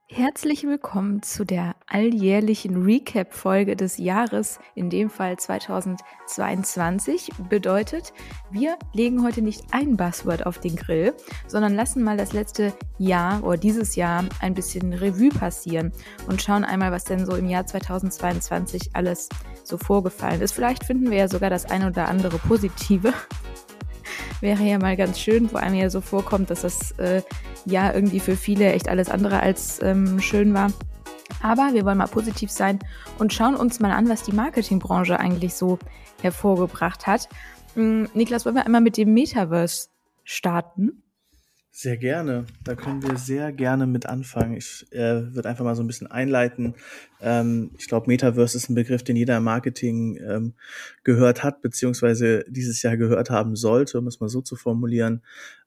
Herzlich willkommen zu der alljährlichen Recap-Folge des Jahres, in dem Fall 2022. Bedeutet, wir legen heute nicht ein Buzzword auf den Grill, sondern lassen mal das letzte Jahr oder dieses Jahr ein bisschen Revue passieren und schauen einmal, was denn so im Jahr 2022 alles so vorgefallen ist. Vielleicht finden wir ja sogar das eine oder andere Positive. Wäre ja mal ganz schön, wo einem ja so vorkommt, dass das Jahr irgendwie für viele echt alles andere als schön war. Aber wir wollen mal positiv sein und schauen uns mal an, was die Marketingbranche eigentlich so hervorgebracht hat. Niklas, wollen wir einmal mit dem Metaverse starten? Sehr gerne. Da können wir sehr gerne mit anfangen. Ich würde einfach mal so ein bisschen einleiten. Ich glaube, Metaverse ist ein Begriff, den jeder im Marketing gehört hat, beziehungsweise dieses Jahr gehört haben sollte, um es mal so zu formulieren.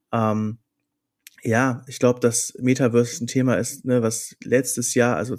Ja, ich glaube, dass Metaverse ein Thema ist, ne, was letztes Jahr, also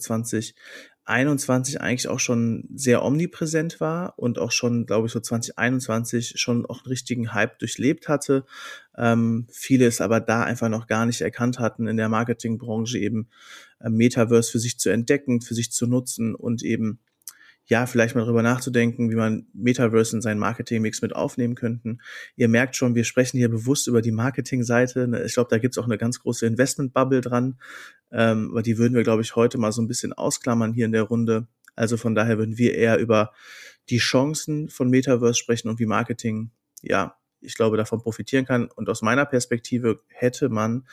2021 eigentlich auch schon sehr omnipräsent war und auch schon, glaube ich, so 2021 schon auch einen richtigen Hype durchlebt hatte. Viele es aber da einfach noch gar nicht erkannt hatten, in der Marketingbranche eben Metaverse für sich zu entdecken, für sich zu nutzen und eben ja, vielleicht mal darüber nachzudenken, wie man Metaverse in seinen Marketingmix mit aufnehmen könnten. Ihr merkt schon, wir sprechen hier bewusst über die Marketingseite. Ich glaube, da gibt's auch eine ganz große Investment-Bubble dran. Aber die würden wir, glaube ich, heute mal so ein bisschen ausklammern hier in der Runde. Also von daher würden wir eher über die Chancen von Metaverse sprechen und wie Marketing, ja, ich glaube, davon profitieren kann. Und aus meiner Perspektive hätte man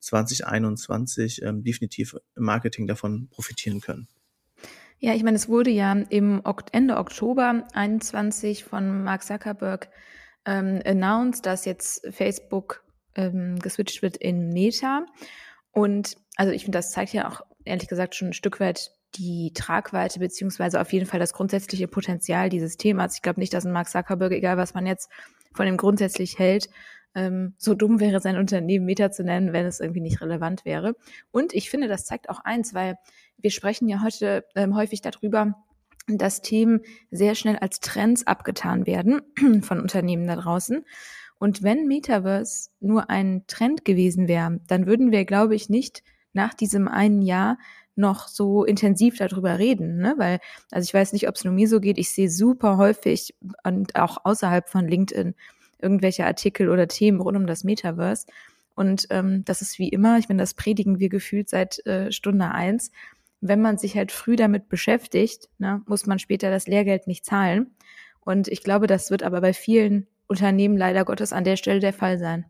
2021 definitiv im Marketing davon profitieren können. Ja, ich meine, es wurde ja im Ende Oktober 21 von Mark Zuckerberg announced, dass jetzt Facebook geswitcht wird in Meta. Und also ich finde, das zeigt ja auch ehrlich gesagt schon ein Stück weit die Tragweite beziehungsweise auf jeden Fall das grundsätzliche Potenzial dieses Themas. Ich glaube nicht, dass ein Mark Zuckerberg, egal was man jetzt von ihm grundsätzlich hält, so dumm wäre, sein Unternehmen Meta zu nennen, wenn es irgendwie nicht relevant wäre. Und ich finde, das zeigt auch eins, weil wir sprechen ja heute häufig darüber, dass Themen sehr schnell als Trends abgetan werden von Unternehmen da draußen. Und wenn Metaverse nur ein Trend gewesen wäre, dann würden wir, glaube ich, nicht nach diesem einen Jahr noch so intensiv darüber reden, ne? Weil, also ich weiß nicht, ob es nur mir so geht, ich sehe super häufig und auch außerhalb von LinkedIn irgendwelche Artikel oder Themen rund um das Metaverse. Und das ist wie immer, ich meine, das predigen wir gefühlt seit Stunde 1. Wenn man sich halt früh damit beschäftigt, ne, muss man später das Lehrgeld nicht zahlen. Und ich glaube, das wird aber bei vielen Unternehmen leider Gottes an der Stelle der Fall sein.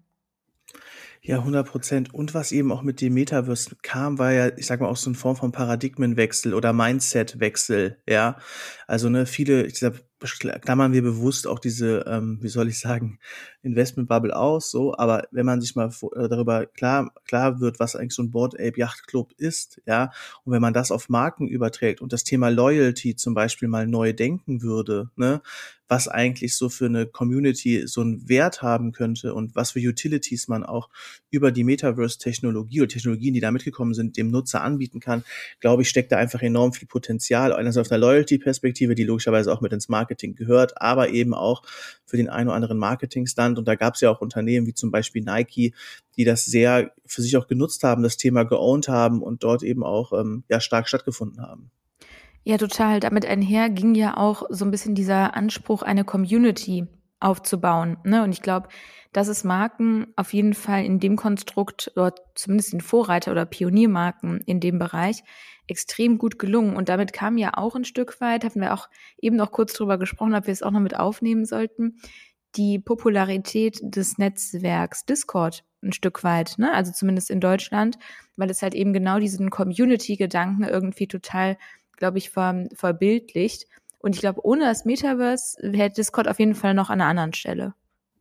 Ja, 100%. Und was eben auch mit dem Metaverse kam, war ja, ich sag mal, auch so eine Form von Paradigmenwechsel oder Mindsetwechsel, ja. Also, ne, viele, ich sag, klammern wir bewusst auch diese, wie soll ich sagen, Investmentbubble aus, so. Aber wenn man sich mal darüber klar wird, was eigentlich so ein Bored Ape Yacht Club ist, ja, und wenn man das auf Marken überträgt und das Thema Loyalty zum Beispiel mal neu denken würde, ne, was eigentlich so für eine Community so einen Wert haben könnte und was für Utilities man auch über die Metaverse-Technologie oder Technologien, die da mitgekommen sind, dem Nutzer anbieten kann, glaube ich, steckt da einfach enorm viel Potenzial. Einerseits auf einer Loyalty-Perspektive, die logischerweise auch mit ins Marketing gehört, aber eben auch für den einen oder anderen Marketing-Stand. Und da gab es ja auch Unternehmen wie zum Beispiel Nike, die das sehr für sich auch genutzt haben, das Thema geowned haben und dort eben auch ja stark stattgefunden haben. Ja, total. Damit einher ging ja auch so ein bisschen dieser Anspruch, eine Community aufzubauen, ne? Und ich glaube, das ist Marken auf jeden Fall in dem Konstrukt oder zumindest den Vorreiter- oder Pioniermarken in dem Bereich extrem gut gelungen. Und damit kam ja auch ein Stück weit, hatten wir auch eben noch kurz drüber gesprochen, ob wir es auch noch mit aufnehmen sollten, die Popularität des Netzwerks Discord ein Stück weit, ne? Also zumindest in Deutschland, weil es halt eben genau diesen Community-Gedanken irgendwie total, glaube ich, verbildlicht. Und ich glaube, ohne das Metaverse hätte Discord auf jeden Fall noch an einer anderen Stelle.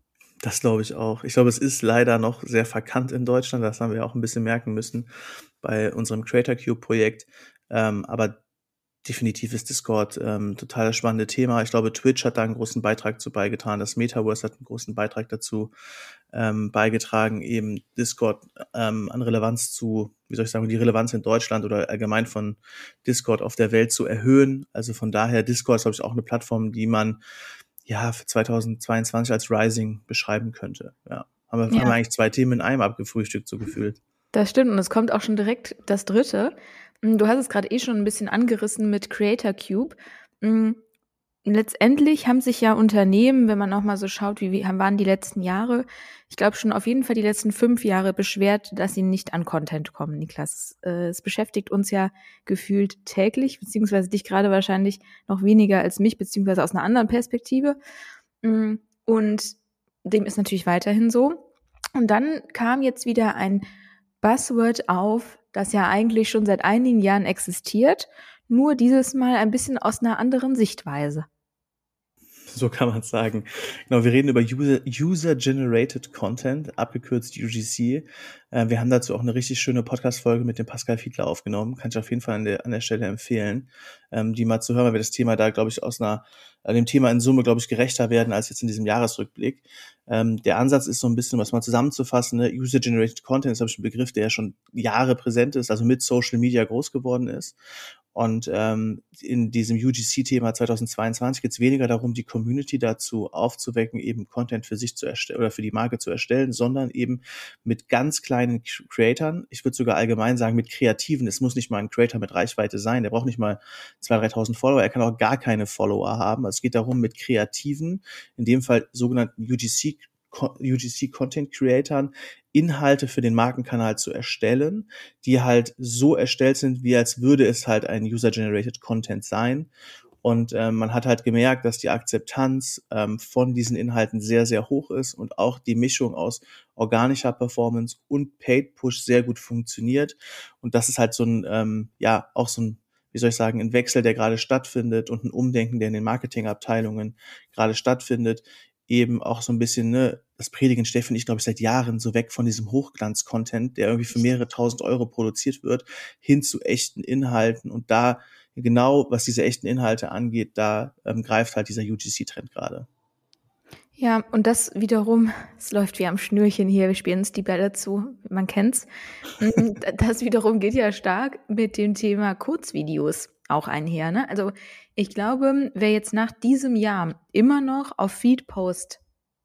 Das glaube ich auch. Ich glaube, es ist leider noch sehr verkannt in Deutschland. Das haben wir auch ein bisschen merken müssen bei unserem Creator Cube Projekt. Aber definitiv ist Discord total das spannende Thema. Ich glaube, Twitch hat da einen großen Beitrag zu beigetragen. Das Metaverse hat einen großen Beitrag dazu beigetragen, eben Discord an Relevanz zu, wie soll ich sagen, die Relevanz in Deutschland oder allgemein von Discord auf der Welt zu erhöhen. Also von daher, Discord ist, glaube ich, auch eine Plattform, die man ja für 2022 als Rising beschreiben könnte. Ja. Haben wir Ja, eigentlich zwei Themen in einem abgefrühstückt, so gefühlt. das stimmt. Und es kommt auch schon direkt das dritte. Du hast es gerade schon ein bisschen angerissen mit Creator Cube. Letztendlich haben sich ja Unternehmen, wenn man auch mal so schaut, wie waren die letzten Jahre, ich glaube schon auf jeden Fall die letzten 5 Jahre beschwert, dass sie nicht an Content kommen, Niklas. Es beschäftigt uns ja gefühlt täglich, beziehungsweise dich gerade wahrscheinlich noch weniger als mich, beziehungsweise aus einer anderen Perspektive. Und dem ist natürlich weiterhin so. Und dann kam jetzt wieder ein Buzzword auf, das ja eigentlich schon seit einigen Jahren existiert, nur dieses Mal ein bisschen aus einer anderen Sichtweise. So kann man es sagen. Genau, wir reden über User-Generated Content, abgekürzt UGC. Wir haben dazu auch eine richtig schöne Podcast-Folge mit dem Pascal Fiedler aufgenommen. Kann ich auf jeden Fall an der Stelle empfehlen, die mal zu hören, weil wir das Thema da, glaube ich, dem Thema in Summe, glaube ich, gerechter werden als jetzt in diesem Jahresrückblick. Der Ansatz ist so ein bisschen, was mal zusammenzufassen, ne? User-Generated Content ist, glaube ich, ein Begriff, der ja schon Jahre präsent ist, also mit Social Media groß geworden ist. Und in diesem UGC-Thema 2022 geht es weniger darum, die Community dazu aufzuwecken, eben Content für sich zu erstellen oder für die Marke zu erstellen, sondern eben mit ganz kleinen Creatoren. Ich würde sogar allgemein sagen, mit Kreativen. Es muss nicht mal ein Creator mit Reichweite sein. Der braucht nicht mal 2.000, 3.000 Follower. Er kann auch gar keine Follower haben. Also es geht darum, mit Kreativen, in dem Fall sogenannten UGC-Content-Creatern, Inhalte für den Markenkanal zu erstellen, die halt so erstellt sind, wie als würde es halt ein User-Generated Content sein. Und man hat halt gemerkt, dass die Akzeptanz von diesen Inhalten sehr, sehr hoch ist und auch die Mischung aus organischer Performance und Paid Push sehr gut funktioniert. Und das ist halt so ein, auch so ein, wie soll ich sagen, ein Wechsel, der gerade stattfindet und ein Umdenken, der in den Marketingabteilungen gerade stattfindet, eben auch so ein bisschen, ne, das predigen Steffen und ich, glaube ich, seit Jahren so weg von diesem Hochglanz-Content, der irgendwie für mehrere tausend Euro produziert wird, hin zu echten Inhalten. Und da, genau was diese echten Inhalte angeht, da greift halt dieser UGC-Trend gerade. Ja, und das wiederum, es läuft wie am Schnürchen hier, wir spielen uns die Bälle zu, man kennt's. Das wiederum geht ja stark mit dem Thema Kurzvideos auch einher, ne? Also ich glaube, wer jetzt nach diesem Jahr immer noch auf Feedposts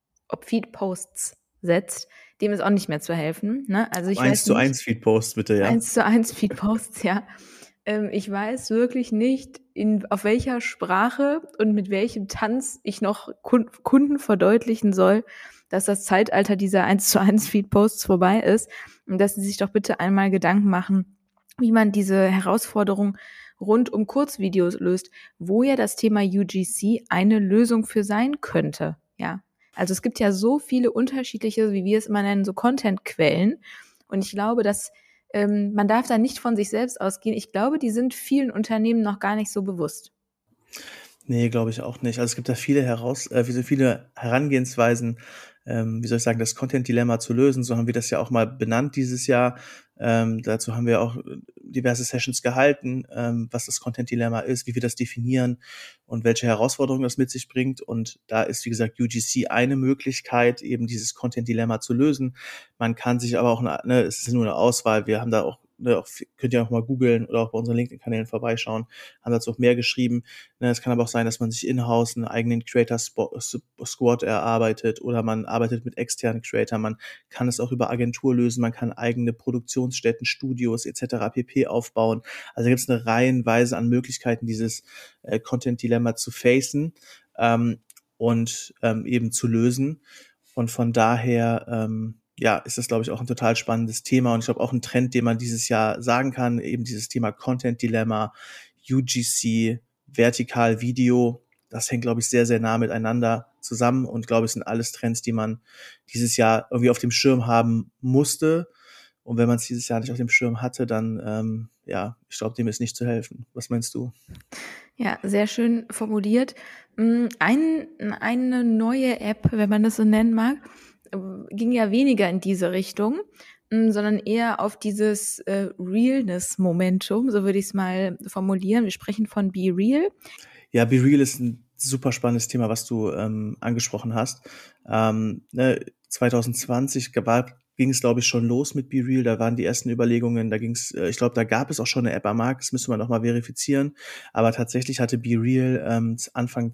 setzt, dem ist auch nicht mehr zu helfen, ne? Also ich weiß nicht. 1:1 Feedposts bitte, ja. 1:1 Feedposts, ja. Ich weiß wirklich nicht, auf welcher Sprache und mit welchem Tanz ich noch Kunden verdeutlichen soll, dass das Zeitalter dieser 1:1 Feedposts vorbei ist und dass sie sich doch bitte einmal Gedanken machen, wie man diese Herausforderung rund um Kurzvideos löst, wo ja das Thema UGC eine Lösung für sein könnte, ja. Also es gibt ja so viele unterschiedliche, wie wir es immer nennen, so Content-Quellen. Und ich glaube, dass man darf da nicht von sich selbst ausgehen. Ich glaube, die sind vielen Unternehmen noch gar nicht so bewusst. Nee, glaube ich auch nicht. Also es gibt da viele Herangehensweisen, wie soll ich sagen, das Content-Dilemma zu lösen. So haben wir das ja auch mal benannt dieses Jahr. Dazu haben wir auch diverse Sessions gehalten, was das Content-Dilemma ist, wie wir das definieren und welche Herausforderungen das mit sich bringt. Und da ist, wie gesagt, UGC eine Möglichkeit, eben dieses Content-Dilemma zu lösen. Man kann sich aber auch, es ist nur eine Auswahl, wir haben da auch, könnt ihr auch mal googeln oder auch bei unseren LinkedIn-Kanälen vorbeischauen, haben dazu auch mehr geschrieben. Es kann aber auch sein, dass man sich in-house einen eigenen Creator-Squad erarbeitet oder man arbeitet mit externen Creator. Man kann es auch über Agentur lösen, man kann eigene Produktionsstätten, Studios etc. pp. Aufbauen. Also gibt es eine Reihenweise an Möglichkeiten, dieses Content-Dilemma zu facen und eben zu lösen. Und von daher ist das, glaube ich, auch ein total spannendes Thema und ich glaube auch ein Trend, den man dieses Jahr sagen kann, eben dieses Thema Content-Dilemma, UGC, vertikal Video, das hängt, glaube ich, sehr, sehr nah miteinander zusammen und, glaube ich, sind alles Trends, die man dieses Jahr irgendwie auf dem Schirm haben musste. Und wenn man es dieses Jahr nicht auf dem Schirm hatte, dann, ich glaube, dem ist nicht zu helfen. Was meinst du? Ja, sehr schön formuliert. Eine neue App, wenn man das so nennen mag, ging ja weniger in diese Richtung, sondern eher auf dieses Realness-Momentum, so würde ich es mal formulieren. Wir sprechen von Be Real. Ja, Be Real ist ein super spannendes Thema, was du angesprochen hast. 2020 gab ging es, glaube ich, schon los mit BeReal. Da waren die ersten Überlegungen. Da ging es, ich glaube, da gab es auch schon eine App am Markt. Das müsste man noch mal verifizieren. Aber tatsächlich hatte BeReal Anfang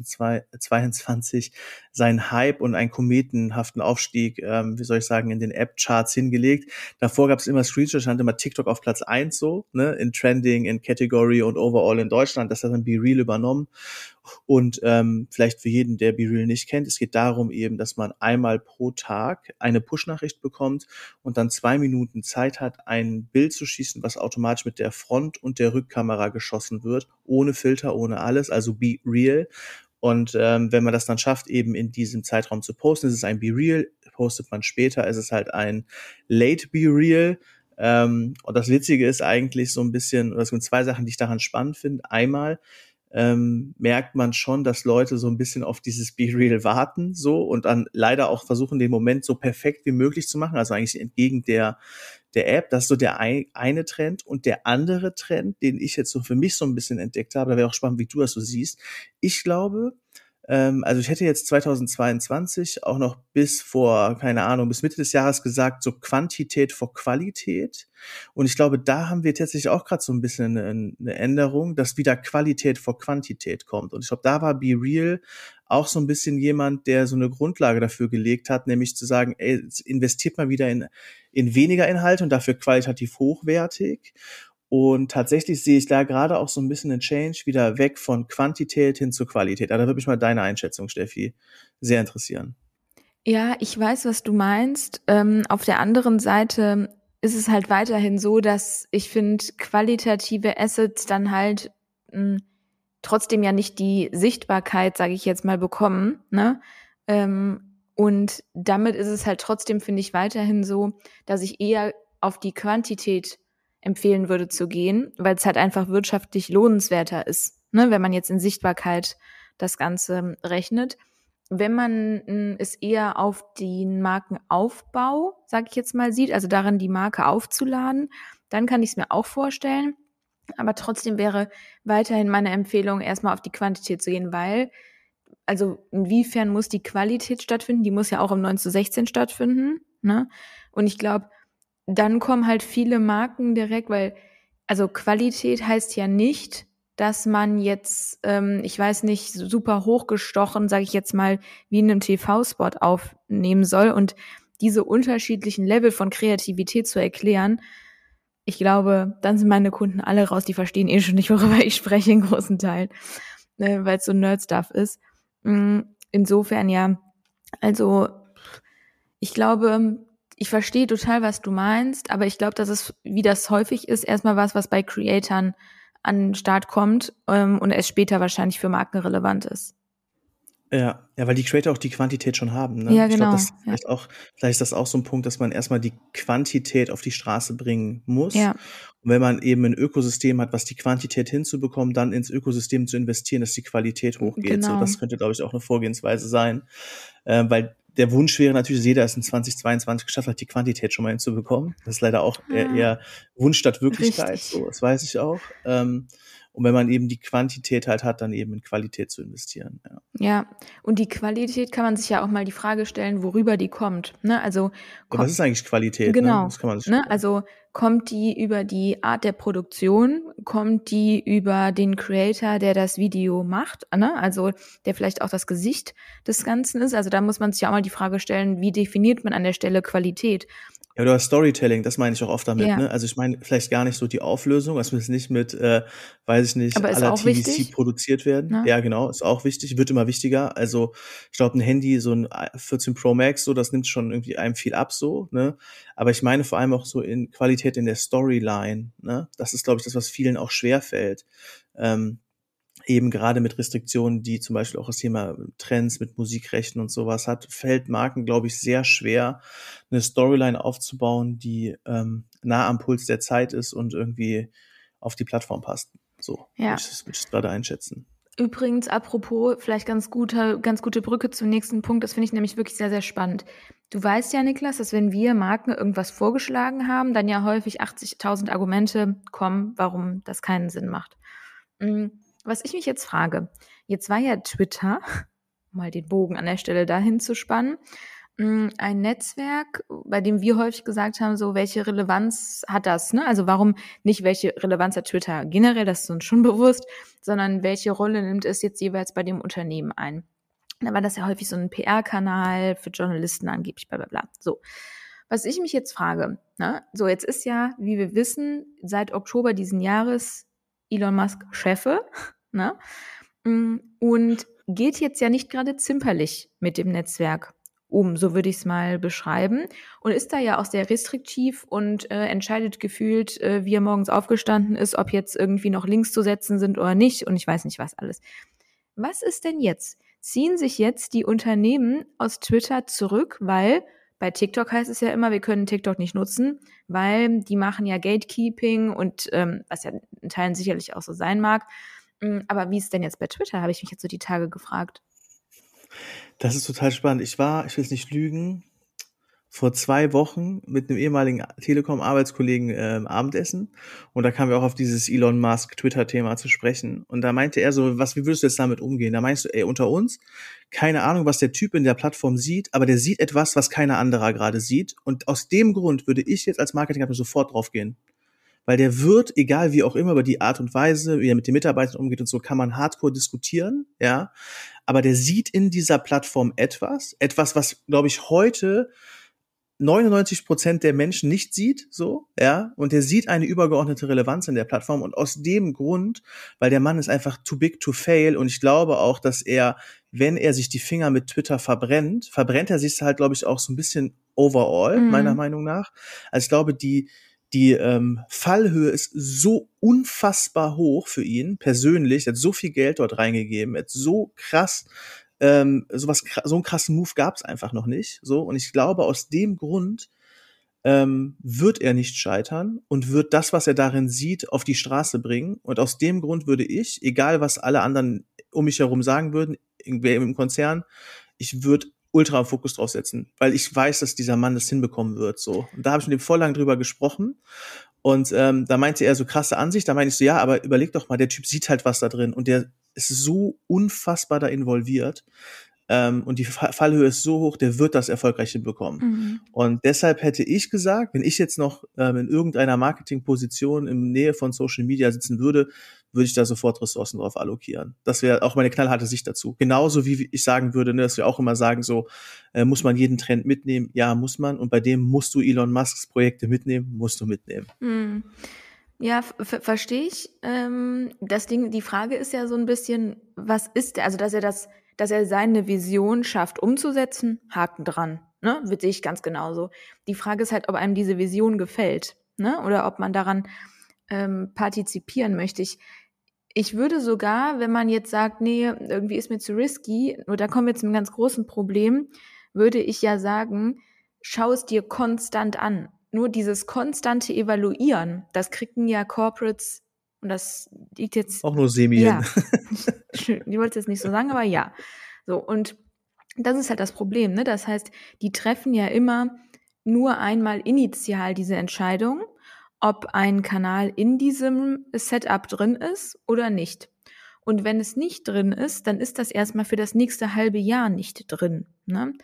2022 seinen Hype und einen kometenhaften Aufstieg, wie soll ich sagen, in den App-Charts hingelegt. Davor gab es immer Screenshots, stand immer TikTok auf Platz 1 so, ne, in Trending, in Category und Overall in Deutschland. Das hat dann BeReal übernommen. Und vielleicht für jeden, der BeReal nicht kennt, es geht darum eben, dass man einmal pro Tag eine Push-Nachricht bekommt und dann 2 Minuten Zeit hat, ein Bild zu schießen, was automatisch mit der Front- und der Rückkamera geschossen wird, ohne Filter, ohne alles, also BeReal. Und wenn man das dann schafft, eben in diesem Zeitraum zu posten, ist es ein BeReal, postet man später, ist es halt ein Late BeReal. Und das Witzige ist eigentlich so ein bisschen, oder es sind zwei Sachen, die ich daran spannend finde. Einmal merkt man schon, dass Leute so ein bisschen auf dieses BeReal warten so und dann leider auch versuchen, den Moment so perfekt wie möglich zu machen, also eigentlich entgegen der App. Das ist so der eine Trend. Und der andere Trend, den ich jetzt so für mich so ein bisschen entdeckt habe, da wäre auch spannend, wie du das so siehst. Ich glaube, also ich hätte jetzt 2022 auch noch bis vor, keine Ahnung, bis Mitte des Jahres gesagt, so Quantität vor Qualität. Und ich glaube, da haben wir tatsächlich auch gerade so ein bisschen eine Änderung, dass wieder Qualität vor Quantität kommt. Und ich glaube, da war BeReal auch so ein bisschen jemand, der so eine Grundlage dafür gelegt hat, nämlich zu sagen, ey, investiert mal wieder in weniger Inhalte und dafür qualitativ hochwertig. Und tatsächlich sehe ich da gerade auch so ein bisschen einen Change wieder weg von Quantität hin zur Qualität. Aber da würde mich mal deine Einschätzung, Steffi, sehr interessieren. Ja, ich weiß, was du meinst. Auf der anderen Seite ist es halt weiterhin so, dass ich finde, qualitative Assets dann halt trotzdem ja nicht die Sichtbarkeit, sage ich jetzt mal, bekommen, ne? Und damit ist es halt trotzdem, finde ich, weiterhin so, dass ich eher auf die Quantität empfehlen würde zu gehen, weil es halt einfach wirtschaftlich lohnenswerter ist, ne? Wenn man jetzt in Sichtbarkeit das Ganze rechnet. Wenn man es eher auf den Markenaufbau, sage ich jetzt mal, sieht, also darin die Marke aufzuladen, dann kann ich es mir auch vorstellen. Aber trotzdem wäre weiterhin meine Empfehlung, erstmal auf die Quantität zu gehen, weil, also inwiefern muss die Qualität stattfinden? Die muss ja auch im 9:16 stattfinden, ne? Und ich glaube, dann kommen halt viele Marken direkt, weil, also Qualität heißt ja nicht, dass man jetzt, ich weiß nicht, super hochgestochen, sage ich jetzt mal, wie in einem TV-Spot aufnehmen soll. Und diese unterschiedlichen Level von Kreativität zu erklären, ich glaube, dann sind meine Kunden alle raus, die verstehen eh schon nicht, worüber ich spreche in großen Teilen, weil es so Nerd-Stuff ist. Insofern ja, also ich glaube, ich verstehe total, was du meinst, aber ich glaube, dass es, wie das häufig ist, erstmal was bei Creatoren an den Start kommt und erst später wahrscheinlich für Marken relevant ist. Ja, weil die Creator auch die Quantität schon haben, ne? Ja, Ich glaube, genau. das ist vielleicht ist das auch so ein Punkt, dass man erstmal die Quantität auf die Straße bringen muss. Ja, Und wenn man eben ein Ökosystem hat, was die Quantität hinzubekommen, dann ins Ökosystem zu investieren, dass die Qualität hochgeht. So, genau. das könnte, glaube ich, auch eine Vorgehensweise sein. Weil der Wunsch wäre natürlich, dass jeder es in 2022 geschafft hat, die Quantität schon mal hinzubekommen. Das ist leider auch eher Wunsch statt Wirklichkeit, Richtig. so, das weiß ich auch. Und wenn man eben die Quantität halt hat, dann eben in Qualität zu investieren. Ja. Ja, und die Qualität kann man sich ja auch mal die Frage stellen, worüber die kommt. Ne? Also Ja, was ist eigentlich Qualität, ne? genau. Das kann man sich Ne? Also kommt die über die Art der Produktion, kommt die über den Creator, der das Video macht, ne? Also der vielleicht auch das Gesicht des Ganzen ist. Also da muss man sich ja auch mal die Frage stellen, wie definiert man an der Stelle Qualität? Ja, oder Storytelling, das meine ich auch oft damit, Ja, ne? Also ich meine vielleicht gar nicht so die Auflösung, das muss nicht mit, weiß ich nicht, aber à ist la auch TVC wichtig. produziert werden. Ne? Ja, genau, ist auch wichtig, wird immer wichtiger. Also ich glaube, ein Handy, so ein 14 Pro Max, so, das nimmt schon irgendwie einem viel ab, so, ne? Aber ich meine vor allem auch so in Qualität in der Storyline, ne? Das ist, glaube ich, das, was vielen auch schwerfällt. Eben gerade mit Restriktionen, die zum Beispiel auch das Thema Trends mit Musikrechten und sowas hat, fällt Marken, glaube ich, sehr schwer, eine Storyline aufzubauen, die nah am Puls der Zeit ist und irgendwie auf die Plattform passt. So Ja. würde ich es gerade einschätzen. Übrigens, apropos, vielleicht ganz gute Brücke zum nächsten Punkt. Das finde ich nämlich wirklich sehr, sehr spannend. Du weißt ja, Niklas, dass wenn wir Marken irgendwas vorgeschlagen haben, dann ja häufig 80.000 Argumente kommen, warum das keinen Sinn macht. Was ich mich jetzt frage, jetzt war ja Twitter, um mal den Bogen an der Stelle dahin zu spannen, Ein Netzwerk, bei dem wir häufig gesagt haben, so welche Relevanz hat das, ne? Also warum nicht welche Relevanz hat Twitter generell, das ist uns schon bewusst, sondern welche Rolle nimmt es jetzt jeweils bei dem Unternehmen ein? Da war das ja häufig so ein PR-Kanal für Journalisten angeblich, bla bla bla. So. Was ich mich jetzt frage, ne? So jetzt ist ja, wie wir wissen, seit Oktober diesen Jahres Elon Musk Chefe, ne? Und geht jetzt ja nicht gerade zimperlich mit dem Netzwerk um, so würde ich es mal beschreiben. Und ist da ja auch sehr restriktiv und entscheidet gefühlt, wie er morgens aufgestanden ist, ob jetzt irgendwie noch Links zu setzen sind oder nicht. Und ich weiß nicht, was alles. Was ist denn jetzt? Ziehen sich jetzt die Unternehmen aus Twitter zurück, weil bei TikTok heißt es ja immer, wir können TikTok nicht nutzen, weil die machen ja Gatekeeping und was ja in Teilen sicherlich auch so sein mag. Aber wie ist es denn jetzt bei Twitter, habe ich mich jetzt so die Tage gefragt. Das ist total spannend. Ich will es nicht lügen, vor 2 Wochen mit einem ehemaligen Telekom-Arbeitskollegen Abendessen. Und da kamen wir auch auf dieses Elon Musk-Twitter-Thema zu sprechen. Und da meinte er so, wie würdest du jetzt damit umgehen? Da meinst du, unter uns, keine Ahnung, was der Typ in der Plattform sieht, aber der sieht etwas, was keiner anderer gerade sieht. Und aus dem Grund würde ich jetzt als Marketingabteilung sofort drauf gehen. Weil der wird, egal wie auch immer, über die Art und Weise, wie er mit den Mitarbeitern umgeht und so, kann man hardcore diskutieren, ja. Aber der sieht in dieser Plattform etwas, was, glaube ich, heute 99% der Menschen nicht sieht, so, ja, und der sieht eine übergeordnete Relevanz in der Plattform und aus dem Grund, weil der Mann ist einfach too big to fail und ich glaube auch, dass er, wenn er sich die Finger mit Twitter verbrennt er sich halt, glaube ich, auch so ein bisschen overall, meiner Meinung nach. Also ich glaube, die Fallhöhe ist so unfassbar hoch für ihn persönlich, er hat so viel Geld dort reingegeben, er hat so krass so einen krassen Move gab es einfach noch nicht. So, und ich glaube, aus dem Grund wird er nicht scheitern und wird das, was er darin sieht, auf die Straße bringen. Und aus dem Grund würde ich, egal was alle anderen um mich herum sagen würden, im Konzern, ich würde ultra Fokus drauf setzen, weil ich weiß, dass dieser Mann das hinbekommen wird. So, und da habe ich mit dem voll lang drüber gesprochen. Und da meinte er so krasse Ansicht, da meinte ich so, ja, aber überleg doch mal, der Typ sieht halt was da drin und der ist so unfassbar da involviert und die Fallhöhe ist so hoch, der wird das erfolgreich hinbekommen. Und deshalb hätte ich gesagt, wenn ich jetzt noch in irgendeiner Marketingposition in Nähe von Social Media sitzen würde, würde ich da sofort Ressourcen drauf allokieren. Das wäre auch meine knallharte Sicht dazu. Genauso wie ich sagen würde, ne, dass wir auch immer sagen, so muss man jeden Trend mitnehmen? Ja, muss man. Und bei dem musst du Elon Musks Projekte mitnehmen, musst du mitnehmen. Ja, verstehe ich. Das Ding, die Frage ist ja so ein bisschen, was ist der, also dass er seine Vision schafft umzusetzen, Haken dran, ne? Sehe ich ganz genauso. Die Frage ist halt, ob einem diese Vision gefällt, ne? Oder ob man daran partizipieren möchte. Ich würde sogar, wenn man jetzt sagt, nee, irgendwie ist mir zu risky, nur da kommen wir zu einem ganz großen Problem, würde ich ja sagen, schau es dir konstant an. Nur dieses konstante Evaluieren, das kriegen ja Corporates, und das liegt jetzt... Auch nur semi Ja, hin. ich wollte es jetzt nicht so sagen, aber ja. So, und das ist halt das Problem, ne? Das heißt, die treffen ja immer nur einmal initial diese Entscheidung, ob ein Kanal in diesem Setup drin ist oder nicht. Und wenn es nicht drin ist, dann ist das erstmal für das nächste halbe Jahr nicht drin, ne?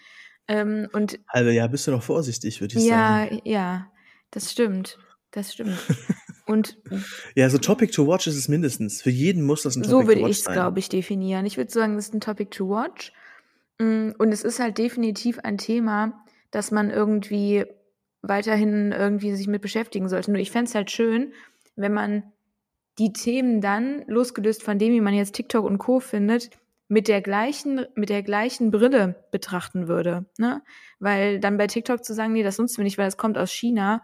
Und Halbe Jahr bist du noch vorsichtig, würde ich sagen. ja, das stimmt. Das stimmt. Und Ja, so Topic to Watch ist es mindestens. Für jeden muss das ein so Topic würde to ich Watch es, sein. glaube ich, definieren. Ich würde sagen, das ist ein Topic to watch. Und es ist halt definitiv ein Thema, das man irgendwie weiterhin irgendwie sich mit beschäftigen sollte. Nur ich fände es halt schön, wenn man die Themen dann, losgelöst von dem, wie man jetzt TikTok und Co. findet, mit der gleichen Brille betrachten würde, ne? Weil dann bei TikTok zu sagen, nee, das nutzen wir nicht, weil das kommt aus China,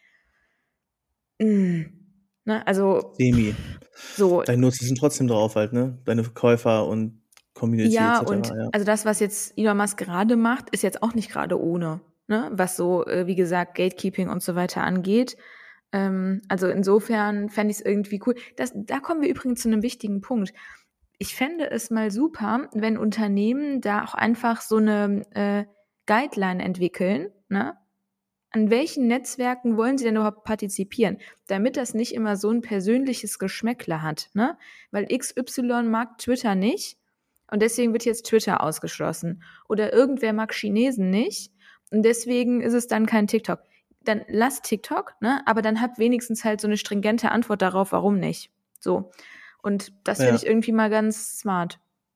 ne? Also Semi. so. Deine Nutzer sind trotzdem drauf halt, ne? Deine Käufer und Community Ja, etc. und Ja. also das, was jetzt Elon Musk gerade macht, ist jetzt auch nicht gerade ohne, ne? Was so, wie gesagt, Gatekeeping und so weiter angeht. Also insofern fände ich es irgendwie cool. Da kommen wir übrigens zu einem wichtigen Punkt. Ich fände es mal super, wenn Unternehmen da auch einfach so eine Guideline entwickeln, ne? An welchen Netzwerken wollen sie denn überhaupt partizipieren? Damit das nicht immer so ein persönliches Geschmäckle hat, ne? Weil XY mag Twitter nicht, und deswegen wird jetzt Twitter ausgeschlossen. Oder irgendwer mag Chinesen nicht und deswegen ist es dann kein TikTok. Dann lass TikTok, ne? Aber dann hab wenigstens halt so eine stringente Antwort darauf, warum nicht. So. Und das finde ich irgendwie mal ganz smart.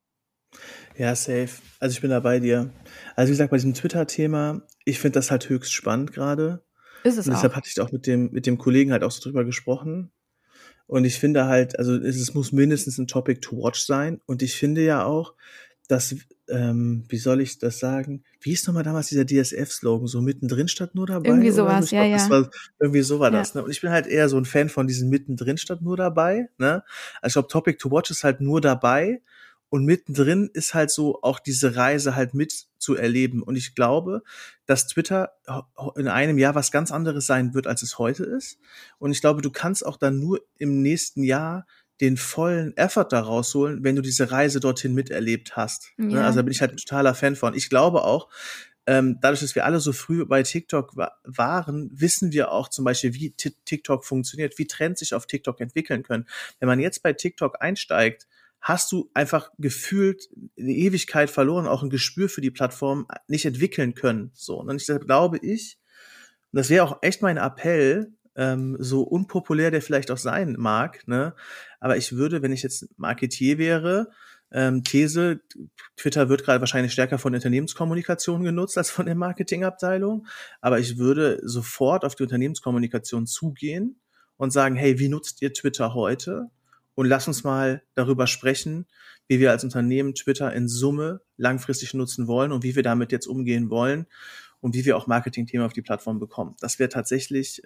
Ja, safe. Also ich bin da bei dir. Also wie gesagt, bei diesem Twitter-Thema, ich finde das halt höchst spannend gerade. Ist es Und deshalb auch. hatte ich auch mit dem Kollegen halt auch so drüber gesprochen. Und ich finde halt, also es muss mindestens ein Topic to watch sein. Und ich finde ja auch, dass, wie soll ich das sagen? Wie ist nochmal damals dieser DSF-Slogan? So mittendrin statt nur Irgendwie dabei oder so? sowas, Ich ja, glaube, das ja. war irgendwie so war Ja. das. Ne? Und ich bin halt eher so ein Fan von diesem mittendrin statt nur dabei. Ne? Also ich glaube, Topic to watch ist halt nur dabei. Und mittendrin ist halt so auch diese Reise halt mit zu erleben. Und ich glaube, dass Twitter in einem Jahr was ganz anderes sein wird, als es heute ist. Und ich glaube, du kannst auch dann nur im nächsten Jahr den vollen Effort da rausholen, wenn du diese Reise dorthin miterlebt hast. Ne? Ja. Also da bin ich halt ein totaler Fan von. Ich glaube auch, dadurch, dass wir alle so früh bei TikTok waren, wissen wir auch zum Beispiel, wie TikTok funktioniert, wie Trends sich auf TikTok entwickeln können. Wenn man jetzt bei TikTok einsteigt, hast du einfach gefühlt eine Ewigkeit verloren, auch ein Gespür für die Plattform nicht entwickeln können. So, und deshalb glaube ich, und das wäre auch echt mein Appell, so unpopulär der vielleicht auch sein mag, ne? Aber ich würde, wenn ich jetzt Marketier wäre, These, Twitter wird gerade wahrscheinlich stärker von Unternehmenskommunikation genutzt als von der Marketingabteilung, aber ich würde sofort auf die Unternehmenskommunikation zugehen und sagen, hey, wie nutzt ihr Twitter heute? Und lass uns mal darüber sprechen, wie wir als Unternehmen Twitter in Summe langfristig nutzen wollen und wie wir damit jetzt umgehen wollen und wie wir auch Marketing-Themen auf die Plattform bekommen. Das wäre tatsächlich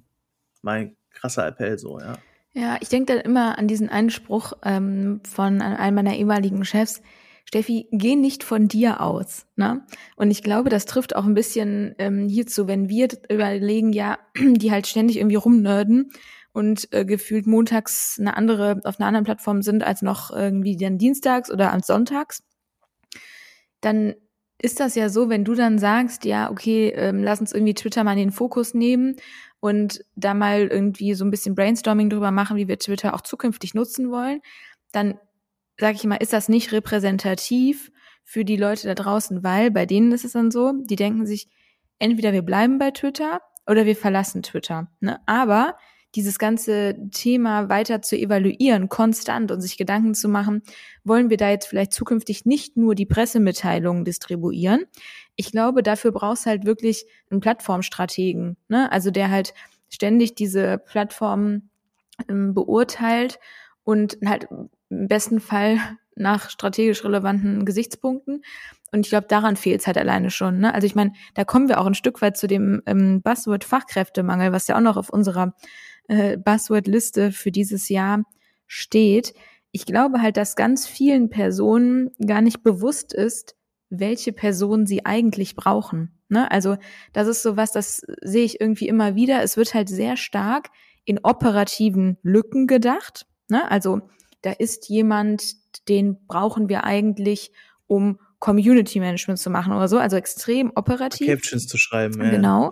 mein krasser Appell so, ja. Ja, ich denke dann immer an diesen Einspruch von einem meiner ehemaligen Chefs, Steffi, geh nicht von dir aus. Ne? Und ich glaube, das trifft auch ein bisschen hierzu, wenn wir überlegen, ja, die halt ständig irgendwie rumnerden und gefühlt montags auf einer anderen Plattform sind als noch irgendwie dann dienstags oder am Sonntags, dann ist das ja so, wenn du dann sagst, ja, okay, lass uns irgendwie Twitter mal in den Fokus nehmen und da mal irgendwie so ein bisschen Brainstorming drüber machen, wie wir Twitter auch zukünftig nutzen wollen, dann sage ich mal, ist das nicht repräsentativ für die Leute da draußen, weil bei denen ist es dann so, die denken sich, entweder wir bleiben bei Twitter oder wir verlassen Twitter. Ne? Aber dieses ganze Thema weiter zu evaluieren, konstant und sich Gedanken zu machen, wollen wir da jetzt vielleicht zukünftig nicht nur die Pressemitteilungen distribuieren? Ich glaube, dafür brauchst halt wirklich einen Plattformstrategen, ne? Also der halt ständig diese Plattformen beurteilt und halt im besten Fall nach strategisch relevanten Gesichtspunkten. Und ich glaube, daran fehlt es halt alleine schon. Ne? Also ich meine, da kommen wir auch ein Stück weit zu dem Buzzword Fachkräftemangel, was ja auch noch auf unserer Buzzword-Liste für dieses Jahr steht. Ich glaube halt, dass ganz vielen Personen gar nicht bewusst ist, welche Personen sie eigentlich brauchen. Ne? Also das ist sowas, das sehe ich irgendwie immer wieder. Es wird halt sehr stark in operativen Lücken gedacht. Ne? Also da ist jemand, den brauchen wir eigentlich, um Community Management zu machen oder so, also extrem operativ. Captions zu schreiben, ja. Genau.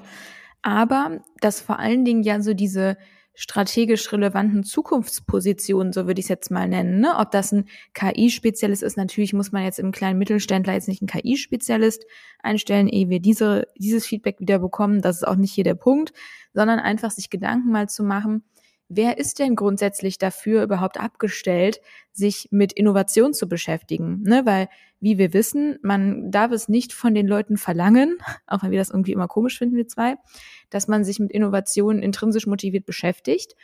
Aber dass vor allen Dingen ja so diese strategisch relevanten Zukunftspositionen, so würde ich es jetzt mal nennen, ne? Ob das ein KI-Spezialist ist, natürlich muss man jetzt im kleinen Mittelständler jetzt nicht einen KI-Spezialist einstellen, ehe wir dieses Feedback wieder bekommen, das ist auch nicht hier der Punkt, sondern einfach sich Gedanken mal zu machen, wer ist denn grundsätzlich dafür überhaupt abgestellt, sich mit Innovation zu beschäftigen? Ne? Weil, wie wir wissen, man darf es nicht von den Leuten verlangen, auch wenn wir das irgendwie immer komisch finden, wir zwei, dass man sich mit Innovationen intrinsisch motiviert beschäftigt.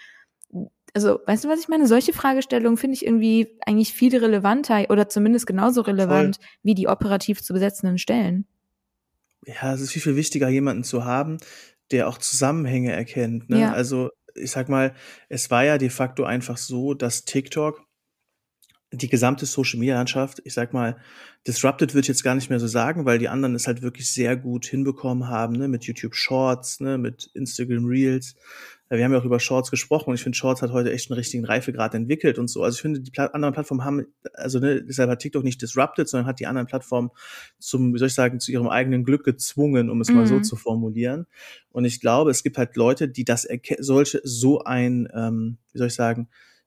Also, weißt du, was ich meine? Solche Fragestellungen finde ich irgendwie eigentlich viel relevanter oder zumindest genauso relevant wie die operativ zu besetzenden Stellen. Ja, es ist viel, viel wichtiger, jemanden zu haben, der auch Zusammenhänge erkennt. Ne? Ja. Also ich sag mal, es war ja de facto einfach so, dass TikTok die gesamte Social-Media-Landschaft, ich sag mal, disrupted würde ich jetzt gar nicht mehr so sagen, weil die anderen es halt wirklich sehr gut hinbekommen haben, ne, mit YouTube Shorts, ne, mit Instagram Reels. Wir haben ja auch über Shorts gesprochen und ich finde, Shorts hat heute echt einen richtigen Reifegrad entwickelt und so. Also ich finde, die anderen Plattformen haben, also ne, deshalb hat TikTok nicht disrupted, sondern hat die anderen Plattformen zum, wie soll ich sagen, zu ihrem eigenen Glück gezwungen, um es mal so zu formulieren. Und ich glaube, es gibt halt Leute, die das wie soll ich sagen,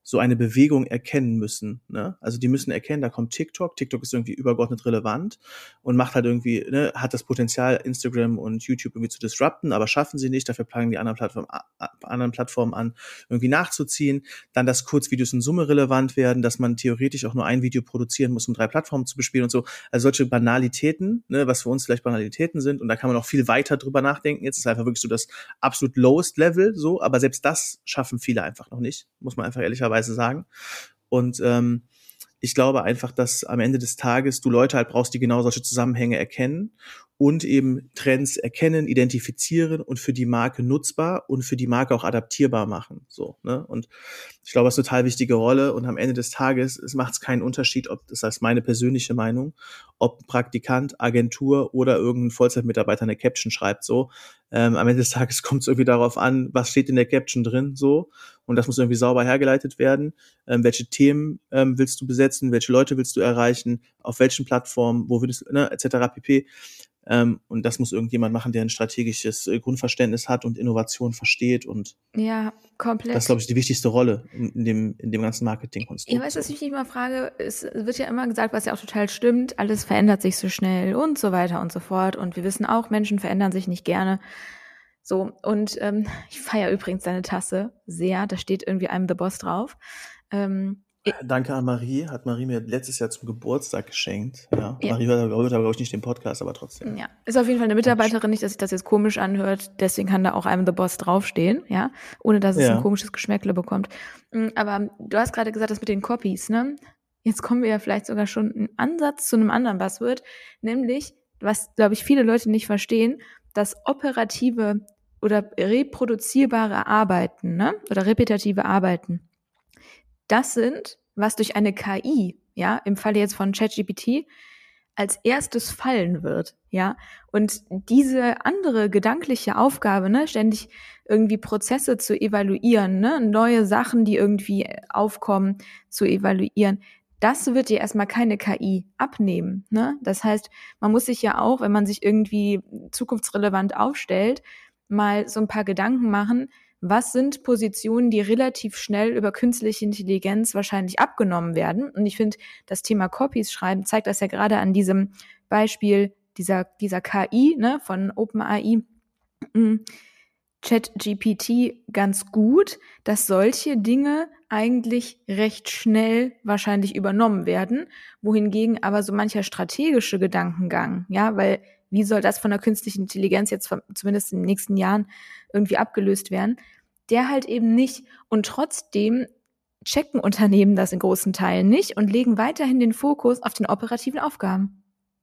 so eine Bewegung erkennen müssen, ne? Also die müssen erkennen, da kommt TikTok. TikTok ist irgendwie übergeordnet relevant und macht halt irgendwie, ne, hat das Potenzial, Instagram und YouTube irgendwie zu disrupten, aber schaffen sie nicht. Dafür planen die anderen Plattformen an, irgendwie nachzuziehen. Dann, dass Kurzvideos in Summe relevant werden, dass man theoretisch auch nur ein Video produzieren muss, um 3 Plattformen zu bespielen und so. Also solche Banalitäten, ne, was für uns vielleicht Banalitäten sind. Und da kann man auch viel weiter drüber nachdenken. Jetzt ist einfach wirklich so das absolut lowest Level, so. Aber selbst das schaffen viele einfach noch nicht, muss man einfach ehrlicherweise sagen. Und ich glaube einfach, dass am Ende des Tages du Leute halt brauchst, die genau solche Zusammenhänge erkennen und eben Trends erkennen, identifizieren und für die Marke nutzbar und für die Marke auch adaptierbar machen. So, ne? Und ich glaube, das ist eine total wichtige Rolle. Und am Ende des Tages macht es keinen Unterschied, ob, das heißt meine persönliche Meinung, ob ein Praktikant, Agentur oder irgendein Vollzeitmitarbeiter eine Caption schreibt. So, am Ende des Tages kommt es irgendwie darauf an, was steht in der Caption drin. So, und das muss irgendwie sauber hergeleitet werden. Welche Themen willst du besetzen? Welche Leute willst du erreichen? Auf welchen Plattformen? Wo willst du, ne, etc. pp. Und das muss irgendjemand machen, der ein strategisches Grundverständnis hat und Innovation versteht. Und Ja, komplett. das ist, glaube ich, die wichtigste Rolle in dem ganzen Marketingkonstrukt. Ja, weißt du, was ich mich immer frage? Es wird ja immer gesagt, was ja auch total stimmt, alles verändert sich so schnell und so weiter und so fort. Und wir wissen auch, Menschen verändern sich nicht gerne. So, und ich feiere übrigens deine Tasse sehr. Da steht irgendwie I'm the Boss drauf. Danke an Marie, hat Marie mir letztes Jahr zum Geburtstag geschenkt. Ja. Ja. Marie hört aber, glaube ich, nicht den Podcast, aber trotzdem. Ja, ist auf jeden Fall eine Mitarbeiterin, nicht, dass sich das jetzt komisch anhört, deswegen kann da auch I'm the Boss draufstehen, ja, ohne dass es ein komisches Geschmäckle bekommt. Aber du hast gerade gesagt, das mit den Copies, ne? Jetzt kommen wir ja vielleicht sogar schon einen Ansatz zu einem anderen Buzzword, nämlich, was, glaube ich, viele Leute nicht verstehen, das operative oder reproduzierbare Arbeiten, ne? Oder repetitive Arbeiten. Das sind, was durch eine KI, ja, im Falle jetzt von ChatGPT, als erstes fallen wird, ja. Und diese andere gedankliche Aufgabe, ne, ständig irgendwie Prozesse zu evaluieren, ne, neue Sachen, die irgendwie aufkommen, zu evaluieren, das wird dir erstmal keine KI abnehmen, ne. Das heißt, man muss sich ja auch, wenn man sich irgendwie zukunftsrelevant aufstellt, mal so ein paar Gedanken machen, was sind Positionen, die relativ schnell über künstliche Intelligenz wahrscheinlich abgenommen werden. Und ich finde, das Thema Copies schreiben zeigt das ja gerade an diesem Beispiel dieser KI, ne, von OpenAI, ChatGPT ganz gut, dass solche Dinge eigentlich recht schnell wahrscheinlich übernommen werden, wohingegen aber so mancher strategische Gedankengang, ja, weil wie soll das von der künstlichen Intelligenz jetzt zumindest in den nächsten Jahren irgendwie abgelöst werden, der halt eben nicht. Und trotzdem checken Unternehmen das in großen Teilen nicht und legen weiterhin den Fokus auf den operativen Aufgaben.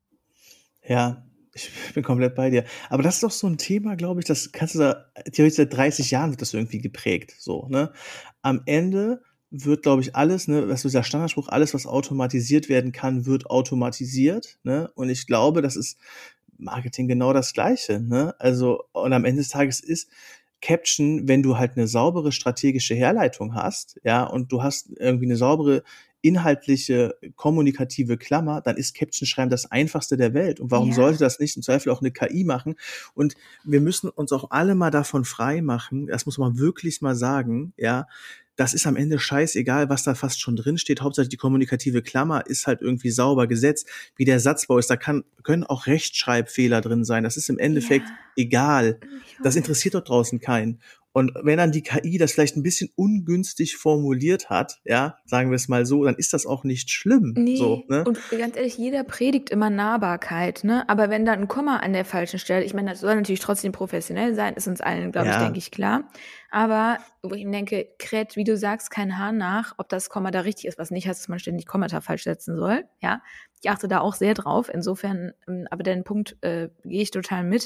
Ja, ich bin komplett bei dir. Aber das ist doch so ein Thema, glaube ich, das kannst du da, theoretisch seit 30 Jahren wird das irgendwie geprägt, so, ne? Am Ende wird, glaube ich, alles, ne, was dieser Standardspruch, alles, was automatisiert werden kann, wird automatisiert, ne? Und ich glaube, das ist Marketing genau das Gleiche, ne? Also, und am Ende des Tages ist Caption, wenn du halt eine saubere strategische Herleitung hast, ja, und du hast irgendwie eine saubere inhaltliche, kommunikative Klammer, dann ist Caption schreiben das einfachste der Welt. Und warum sollte das nicht im Zweifel auch eine KI machen? Und wir müssen uns auch alle mal davon frei machen, das muss man wirklich mal sagen, ja, das ist am Ende scheißegal, was da fast schon drin steht. Hauptsache die kommunikative Klammer ist halt irgendwie sauber gesetzt. Wie der Satzbau ist, da können auch Rechtschreibfehler drin sein. Das ist im Endeffekt egal. Das interessiert dort draußen keinen. Und wenn dann die KI das vielleicht ein bisschen ungünstig formuliert hat, ja, sagen wir es mal so, dann ist das auch nicht schlimm. Nee, so, ne? Und ganz ehrlich, jeder predigt immer Nahbarkeit, ne? Aber wenn da ein Komma an der falschen Stelle, ich meine, das soll natürlich trotzdem professionell sein, ist uns allen, glaube ich, denke ich, klar. Aber wo ich denke, Kret, wie du sagst, kein Haar nach, ob das Komma da richtig ist, was nicht heißt, dass man ständig Kommata falsch setzen soll, ja. Ich achte da auch sehr drauf, insofern, aber den Punkt gehe ich total mit.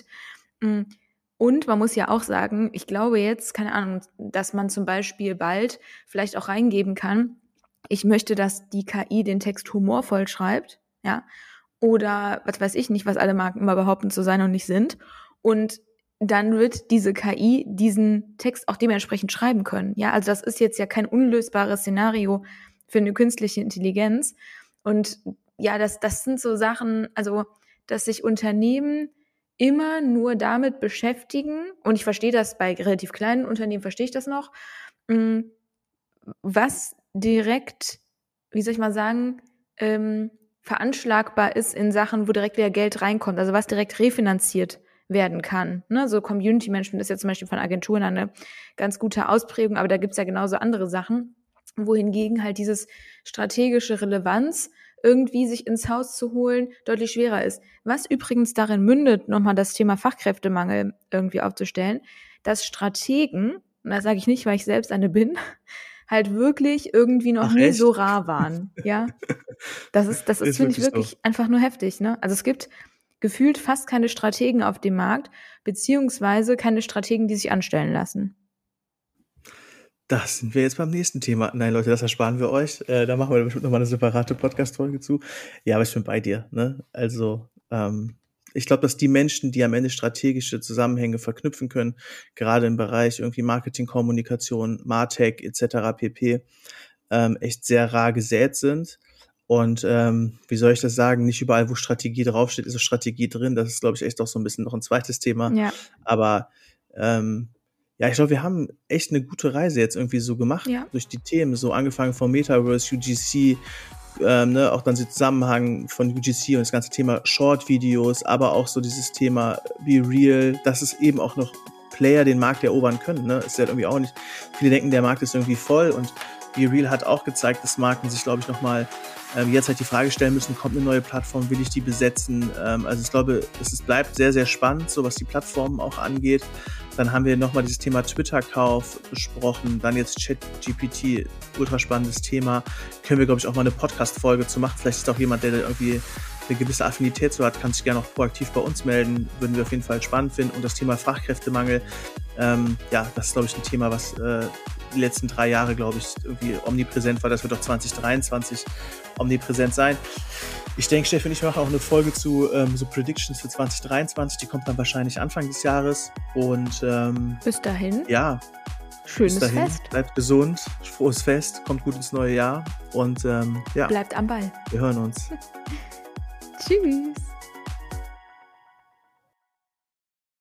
Und man muss ja auch sagen, ich glaube jetzt, keine Ahnung, dass man zum Beispiel bald vielleicht auch reingeben kann, ich möchte, dass die KI den Text humorvoll schreibt, ja, oder was weiß ich nicht, was alle Marken immer behaupten zu sein und nicht sind. Und dann wird diese KI diesen Text auch dementsprechend schreiben können, ja. Also das ist jetzt ja kein unlösbares Szenario für eine künstliche Intelligenz. Und ja, das sind so Sachen, also, dass sich Unternehmen immer nur damit beschäftigen, und ich verstehe das bei relativ kleinen Unternehmen, verstehe ich das noch, was direkt, wie soll ich mal sagen, veranschlagbar ist in Sachen, wo direkt wieder Geld reinkommt, also was direkt refinanziert werden kann. Ne? So Community Management ist ja zum Beispiel von Agenturen eine ganz gute Ausprägung, aber da gibt's ja genauso andere Sachen, wohingegen halt dieses strategische Relevanz irgendwie sich ins Haus zu holen, deutlich schwerer ist. Was übrigens darin mündet, nochmal das Thema Fachkräftemangel irgendwie aufzustellen, dass Strategen, und das sage ich nicht, weil ich selbst eine bin, halt wirklich irgendwie noch nie echt? so rar waren. Ja, das ist finde ich wirklich wirklich so. einfach nur heftig. Ne? Also es gibt gefühlt fast keine Strategen auf dem Markt, beziehungsweise keine Strategen, die sich anstellen lassen. Das sind wir jetzt beim nächsten Thema. Nein, Leute, das ersparen wir euch. Da machen wir bestimmt nochmal eine separate Podcast-Folge zu. Ja, aber ich bin bei dir. Ne? Also, ich glaube, dass die Menschen, die am Ende strategische Zusammenhänge verknüpfen können, gerade im Bereich irgendwie Marketing, Kommunikation, Martech etc. pp., echt sehr rar gesät sind. Und wie soll ich das sagen? Nicht überall, wo Strategie draufsteht, ist Strategie drin. Das ist, glaube ich, echt auch so ein bisschen noch ein zweites Thema. Ja. Aber ja, ich glaube, wir haben echt eine gute Reise jetzt irgendwie so gemacht durch die Themen, so angefangen vom Metaverse, UGC, ne, auch dann der Zusammenhang von UGC und das ganze Thema Short-Videos, aber auch so dieses Thema Be Real, dass es eben auch noch Player den Markt erobern können. Ne? Ist ja irgendwie auch nicht, viele denken, der Markt ist irgendwie voll und Be Real hat auch gezeigt, dass Marken sich, glaube ich, nochmal jetzt halt die Frage stellen müssen, kommt eine neue Plattform, will ich die besetzen? Also ich glaube, es bleibt sehr, sehr spannend, so was die Plattformen auch angeht. Dann haben wir nochmal dieses Thema Twitter-Kauf besprochen, dann jetzt ChatGPT, ultra spannendes Thema. Können wir, glaube ich, auch mal eine Podcast-Folge zu machen. Vielleicht ist auch jemand, der da irgendwie eine gewisse Affinität zu hat, kann sich gerne auch proaktiv bei uns melden. Würden wir auf jeden Fall spannend finden. Und das Thema Fachkräftemangel, ja, das ist, glaube ich, ein Thema, was die letzten 3 Jahre, glaube ich, irgendwie omnipräsent war. Das wird auch 2023 omnipräsent sein. Ich denke, Steffi und ich machen auch eine Folge zu so Predictions für 2023. Die kommt dann wahrscheinlich Anfang des Jahres. Und bis dahin. Ja. Schönes Fest. Bleibt gesund, frohes Fest, kommt gut ins neue Jahr. Und ja. Bleibt am Ball. Wir hören uns. Tschüss.